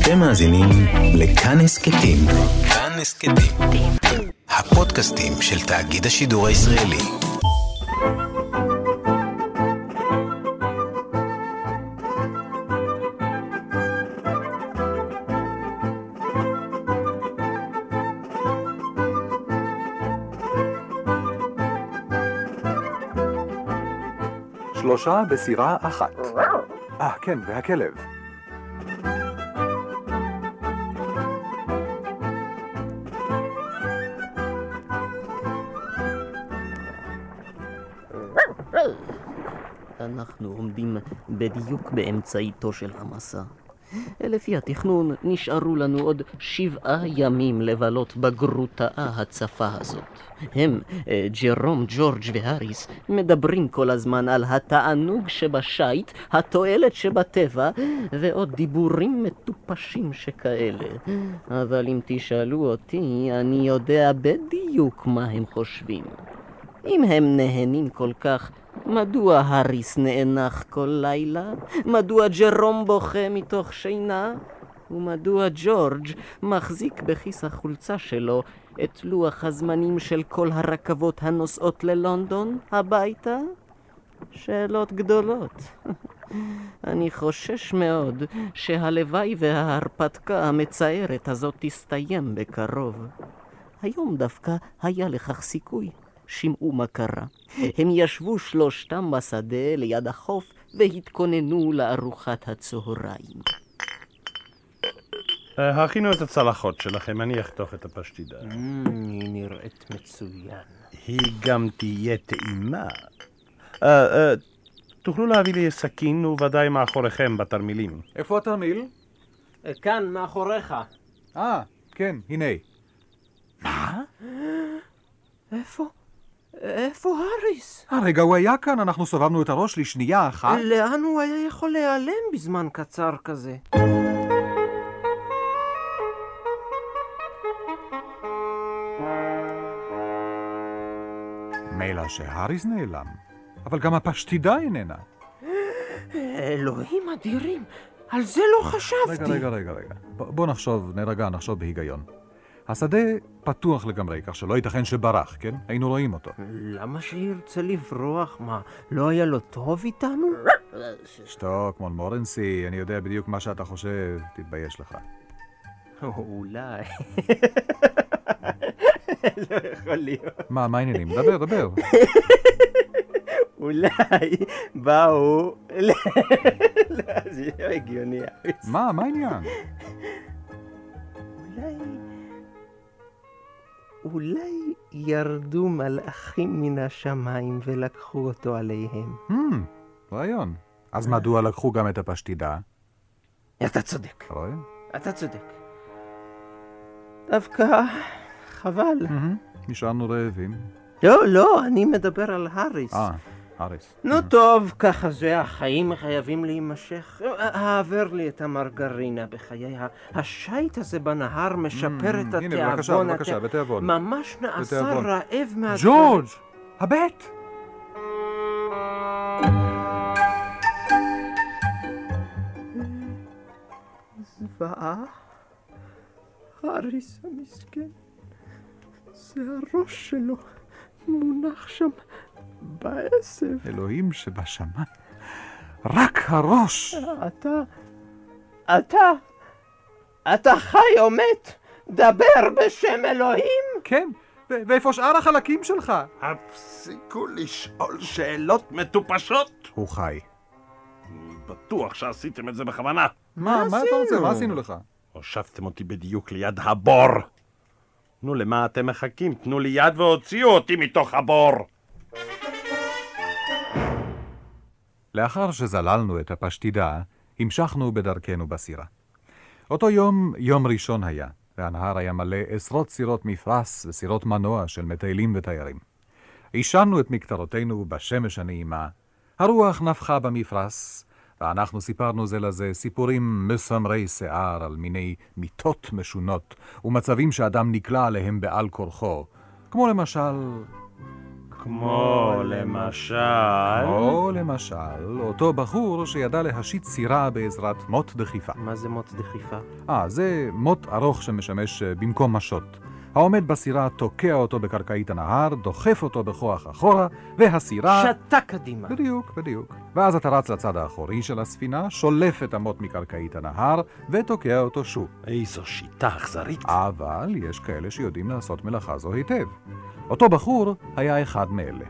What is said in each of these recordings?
אתם מאזינים לכאן הסכתים. כאן הסכתים. הפודקאסטים של תאגיד השידור הישראלי. שלושה בסירה אחת. כן, והכלב. אנחנו עומדים בדיוק באמצעיתו של המסע. לפי התכנון נשארו לנו עוד 7 ימים לבלות בגרוטה הצפה הזאת. הם, ג'רום, ג'ורג' והריס, מדברים כל הזמן על התענוג שבשייט, התועלת שבטבע, ועוד דיבורים מטופשים שכאלה. אבל אם תשאלו אותי, אני יודע בדיוק מה הם חושבים. אם הם נהנים כל כך, מדוע הריס נאנח כל לילה? מדוע ג'רום בוכה מתוך שינה? ומדוע ג'ורג' מחזיק בכיס החולצה שלו את לוח הזמנים של כל הרכבות הנוסעות ללונדון הביתה? שאלות גדולות. אני חושש מאוד שהלוואי וההרפתקה המצערת הזאת תסתיים בקרוב. היום דווקא היה לכך סיכוי. שמעו מה קרה. הם ישבו שלושתם בשדה ליד החוף והתכוננו לארוחת הצהריים. הכינו את הצלחות שלכם, אני אחתוך את הפשטידה. היא נראית מצוין. היא גם תהיה טעימה. תוכלו להביא לי סכין וודאי מאחוריכם בתרמילים. איפה התרמיל? כאן, מאחוריך. כן, הנה. מה? איפה הריס? הרגע הוא היה כאן, אנחנו סובבנו את הראש לשנייה אחת. לאן הוא היה יכול להיעלם בזמן קצר כזה? מילא שהריס נעלם, אבל גם הפשטידה איננה. אלוהים אדירים, על זה לא חשבתי. רגע. בוא נחשוב בהיגיון. השדה פתוח לגמרי, כך שלא ייתכן שברח, כן? היינו רואים אותו. למה שירצה לברוח? מה, לא היה לו טוב איתנו? שתוק, מורנסי, אני יודע בדיוק מה שאתה חושב, תתבייש לך. אולי. לא יכול להיות. מה העניינים? דבר. אולי באו... לא, זה לא הגיוני. מה העניין? אולי ירדו מלאכים מן השמיים ולקחו אותו עליהם. רעיון. אז מדוע לקחו גם את הפשטידה? אתה צודק. רואה? אתה צודק. דווקא חבל. נשארנו רעבים. לא, אני מדבר על הריס. הריס. נו טוב, ככה זה, החיים חייבים להימשך. העבר לי את המרגרינה בחיי. השייט הזה בנהר משפר את התיאבון. הנה, בבקשה, בתיאבון. ממש נעשה רעב מהדברים. ג'ורג', הבט! זוועה. הריס המסכן. זה הראש שלו. מונח שם בעשב. אלוהים שבשמיים. רק הראש. אתה חי או מת? דבר בשם אלוהים. כן, ואיפה שאר החלקים שלך? הפסיקו לשאול שאלות מטופשות. הוא חי. אני בטוח שעשיתם את זה בכוונה. מה אתה רוצה? מה עשינו לך? הושבתם אותי בדיוק ליד הבור. נו, למה אתם מחכים? תנו לי יד והוציאו אותי מתוך הבור. לאחר שזללנו את הפשטידה, המשכנו בדרכנו בסירה. אותו יום ראשון היה, והנהר היה מלא עשרות סירות מפרס וסירות מנוע של מטיילים ותיירים. עישנו את מקטרותינו בשמש הנעימה, הרוח נפחה במפרס, ואנחנו סיפרנו זה לזה סיפורים מסמרי שיער על מיני מיתות משונות ומצבים שאדם נקלע עליהם בעל כורחו, כמו למשל כמו למשל, אותו בחור שידע להשיט סירה בעזרת מוט דחיפה. מה זה מוט דחיפה? זה מוט ארוך שמשמש במקום משות. העומד בסירה תוקע אותו בקרקעית הנהר, דוחף אותו בכוח אחורה, והסירה... שתה קדימה. בדיוק. ואז אתה רץ לצד האחורי של הספינה, שולף את המוט מקרקעית הנהר, ותוקע אותו שוב. איזו שיטה אכזרית. אבל יש כאלה שיודעים לעשות מלאכה זו היטב. אותו בחור היה אחד מאלה.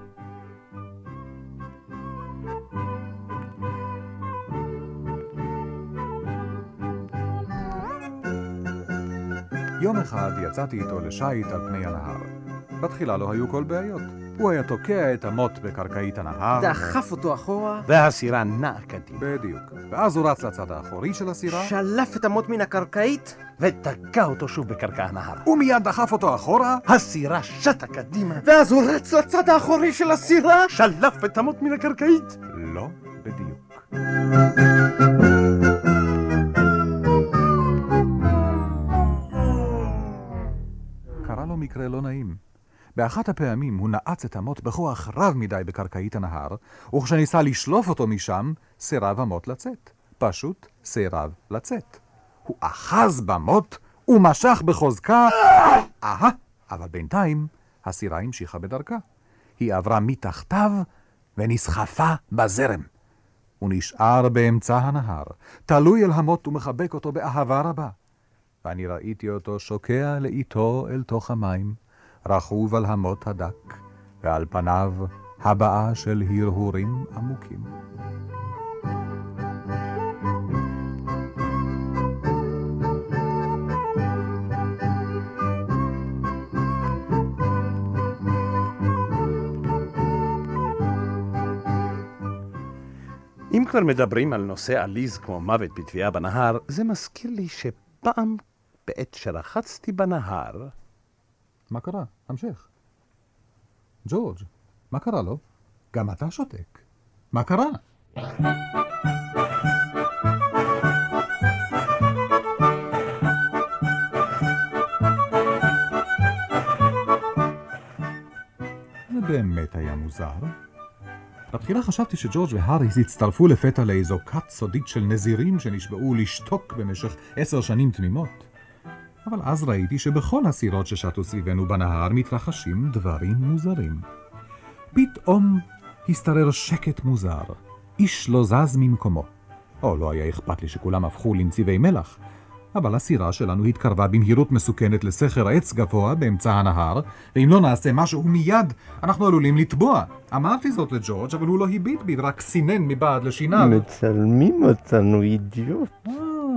יום אחד יצאתי איתו לשייט על פני הנהר. בתחילה לא היו כל בעיות. הוא היה תוקע את המוט בקרקעית הנהר. דחף אותו אחורה. והסירה נעה קדימה. בדיוק. ואז הוא רץ לצד האחורי של הסירה. שלף את המוט מן הקרקעית. ותקע אותו שוב בקרקע הנהר. הוא מיד דחף אותו אחורה. הסירה שטה קדימה. ואז הוא רץ לצד האחורי של הסירה. שלף את המוט מן הקרקעית. לא בדיוק. קרה לו מקרה לא נעים. באחת הפעמים הוא נעץ את המוט בכוח רב מדי בקרקעית הנהר, וכשניסה לשלוף אותו משם, סירב המוט לצאת. פשוט סירב לצאת. הוא אחז במוט ומשך בחוזקה. אבל בינתיים הסירה המשיכה בדרכה. היא עברה מתחתיו ונסחפה בזרם. הוא נשאר באמצע הנהר, תלוי אל המוט ומחבק אותו באהבה רבה. ואני ראיתי אותו שוקע לאיתו אל תוך המים, רכוב על המוט הדק, ועל פניו הבעה של הרהורים עמוקים. אם כבר מדברים על נושא עליז כמו מוות בטביעה בנהר, זה מזכיר לי שפעם בעת שרחצתי בנהר... מה קרה? המשך. ג'ורג', מה קרה לו? גם אתה שותק. מה קרה? זה באמת היה מוזר. בתחילה חשבתי שג'ורג' והאריס הצטרפו לפתע לאיזו כת סודית של נזירים שנשבעו לשתוק במשך 10 שנים תמימות. אבל אז ראיתי שבכל הסירות ששטו סביבנו בנהר מתרחשים דברים מוזרים. פתאום הסתרר שקט מוזר. איש לא זז ממקומו. לא היה אכפת לי שכולם הפכו לנציבי מלח. אבל הסירה שלנו התקרבה במהירות מסוכנת לסכר עץ גבוה באמצע הנהר, ואם לא נעשה משהו מיד, אנחנו עלולים לטבוע. אמרתי זאת לג'ורג', אבל הוא לא הביט בי, רק סינן מבעד לשיניו. מצלמים אותנו, אידיוט.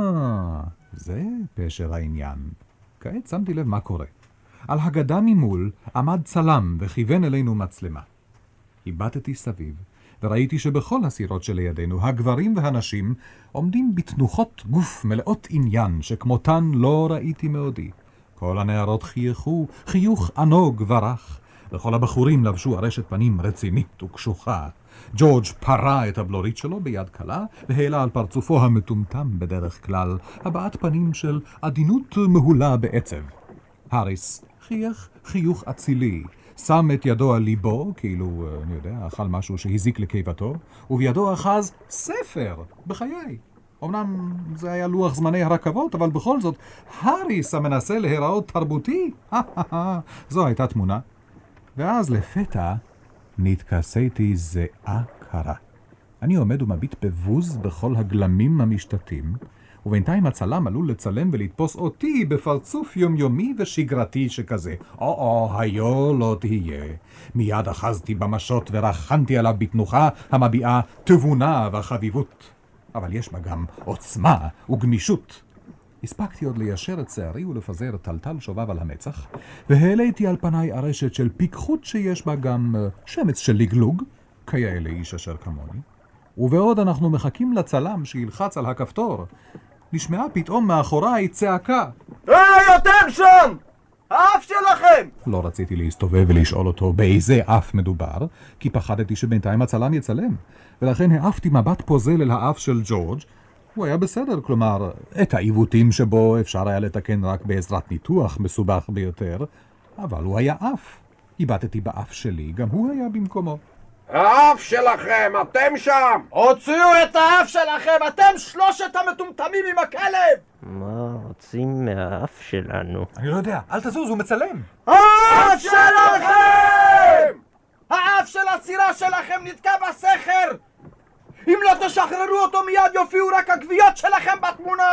זה פשר העניין. כעת שמתי לב מה קורה. על הגדה ממול עמד צלם וכיוון אלינו מצלמה. היבטתי סביב, וראיתי שבכל הסירות שלידינו, הגברים והנשים עומדים בתנוחות גוף מלאות עניין שכמותן לא ראיתי מעודי. כל הנערות חייכו, חיוך ענוג ורח, וכל הבחורים לבשו ארשת פנים רצינית וקשוחה. ג'ורג' פרה את הבלורית שלו ביד קלה, והעלה על פרצופו המטומטם בדרך כלל, הבעת פנים של עדינות מהולה בעצב. האריס חייך חיוך אצילי, שם את ידו על ליבו, כאילו, אני יודע, אכל משהו שהזיק לקיבתו, ובידו אחז ספר, בחיי. אמנם זה היה לוח זמני הרכבות, אבל בכל זאת, האריס המנסה להיראות תרבותי. זו הייתה תמונה. ואז לפתע נתכסיתי זיעה קרה. אני עומד ומביט בבוז בכל הגלמים המשתתים, ובינתיים הצלם עלול לצלם ולתפוס אותי בפרצוף יומיומי ושגרתי שכזה. היו לא תהיה. מיד אחזתי במשות ורחנתי עליו בתנוחה המביעה תבונה וחביבות. אבל יש בה גם עוצמה וגמישות. הספקתי עוד ליישר את שערי ולפזר טלטל שובב על המצח, והעליתי על פניי ארשת של פיקחות שיש בה גם שמץ של לגלוג, כיאה לאיש אשר כמוני. ובעוד אנחנו מחכים לצלם שילחץ על הכפתור, נשמעה פתאום מאחוריי צעקה. יותר שם! האף שלכם! לא רציתי להסתובב ולשאול אותו באיזה אף מדובר, כי פחדתי שבינתיים הצלם יצלם, ולכן העפתי מבט פוזל אל האף של ג'ורג'. הוא היה בסדר, כלומר, את העיוותים שבו אפשר היה לתקן רק בעזרת ניתוח מסובך ביותר, אבל הוא היה אף. איבדתי באף שלי, גם הוא היה במקומו. האף שלכם, אתם שם! הוציאו את האף שלכם! אתם שלושת המטומטמים עם הכלב! מה רוצים מהאף שלנו? אני לא יודע, אל תזוז, הוא מצלם. האף שלכם! האף של הסירה שלכם נתקע בסכר! אם לא תשחררו אותו מיד יופיעו רק הגוויות שלכם בתמונה!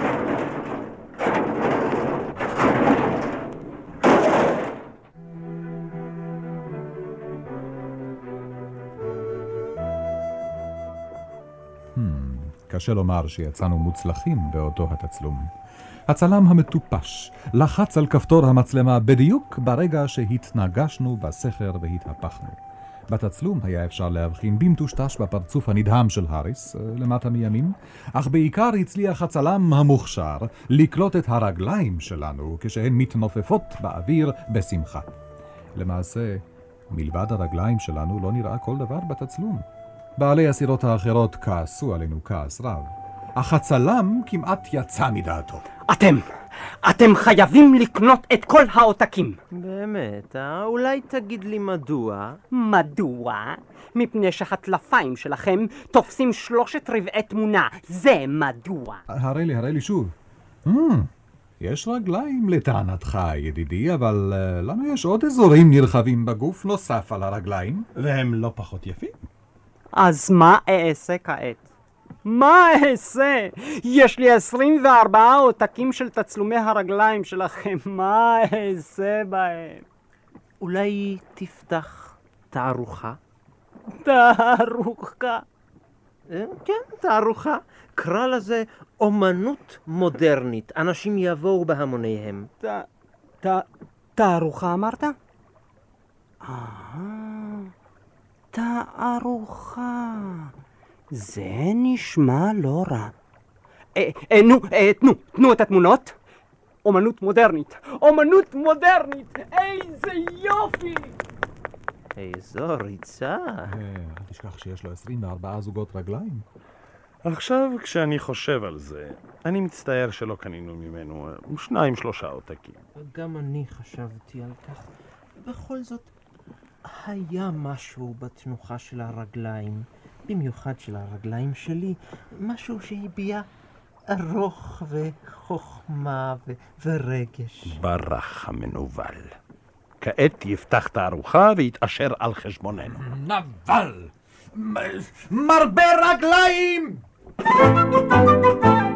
קשה לומר שיצאנו מוצלחים באותו התצלום. הצלם המטופש לחץ על כפתור המצלמה בדיוק ברגע שהתנגשנו בסכר והתהפכנו. בתצלום היה אפשר להבחין במטושטש בפרצוף הנדהם של האריס למטה מימין, אך בעיקר הצליח הצלם המוכשר לקלוט את הרגליים שלנו כשהן מתנופפות באוויר בשמחה. למעשה, מלבד הרגליים שלנו לא נראה כל דבר בתצלום. בעלי הסירות האחרות כעסו עלינו כעס רב, אך הצלם כמעט יצא מדעתו. אתם חייבים לקנות את כל העותקים. באמת, אולי תגיד לי מדוע? מדוע? מפני שהטלפיים שלכם תופסים 3 רבעי תמונה. זה מדוע. הרי לי שוב. יש רגליים לטענתך, ידידי, אבל לנו יש עוד אזורים נרחבים בגוף נוסף על הרגליים, והם לא פחות יפים. אז מה אעשה כעת? מה אעשה? יש לי 24 עותקים של תצלומי הרגליים שלכם. מה אעשה בהם? אולי תפתח תערוכה? תערוכה? כן, תערוכה. קרא לזה אומנות מודרנית. אנשים יבואו בהמוניהם. תערוכה אמרת? תערוכה. זה נשמע לא רע. תנו את התמונות. אומנות מודרנית. אומנות מודרנית. איזה יופי. איזו ריצה. אל תשכח שיש לו 24 זוגות רגליים. עכשיו, כשאני חושב על זה, אני מצטער שלא קנינו ממנו 2-3 עותקים. גם אני חשבתי על כך. בכל זאת, היה משהו בתנוחה של הרגליים, במיוחד של הרגליים שלי, משהו שהביע ארוך וחוכמה ורגש. ברח המנוול. כעת יפתח תערוכה ויתאשר על חשבוננו. נבל! מרבה רגליים!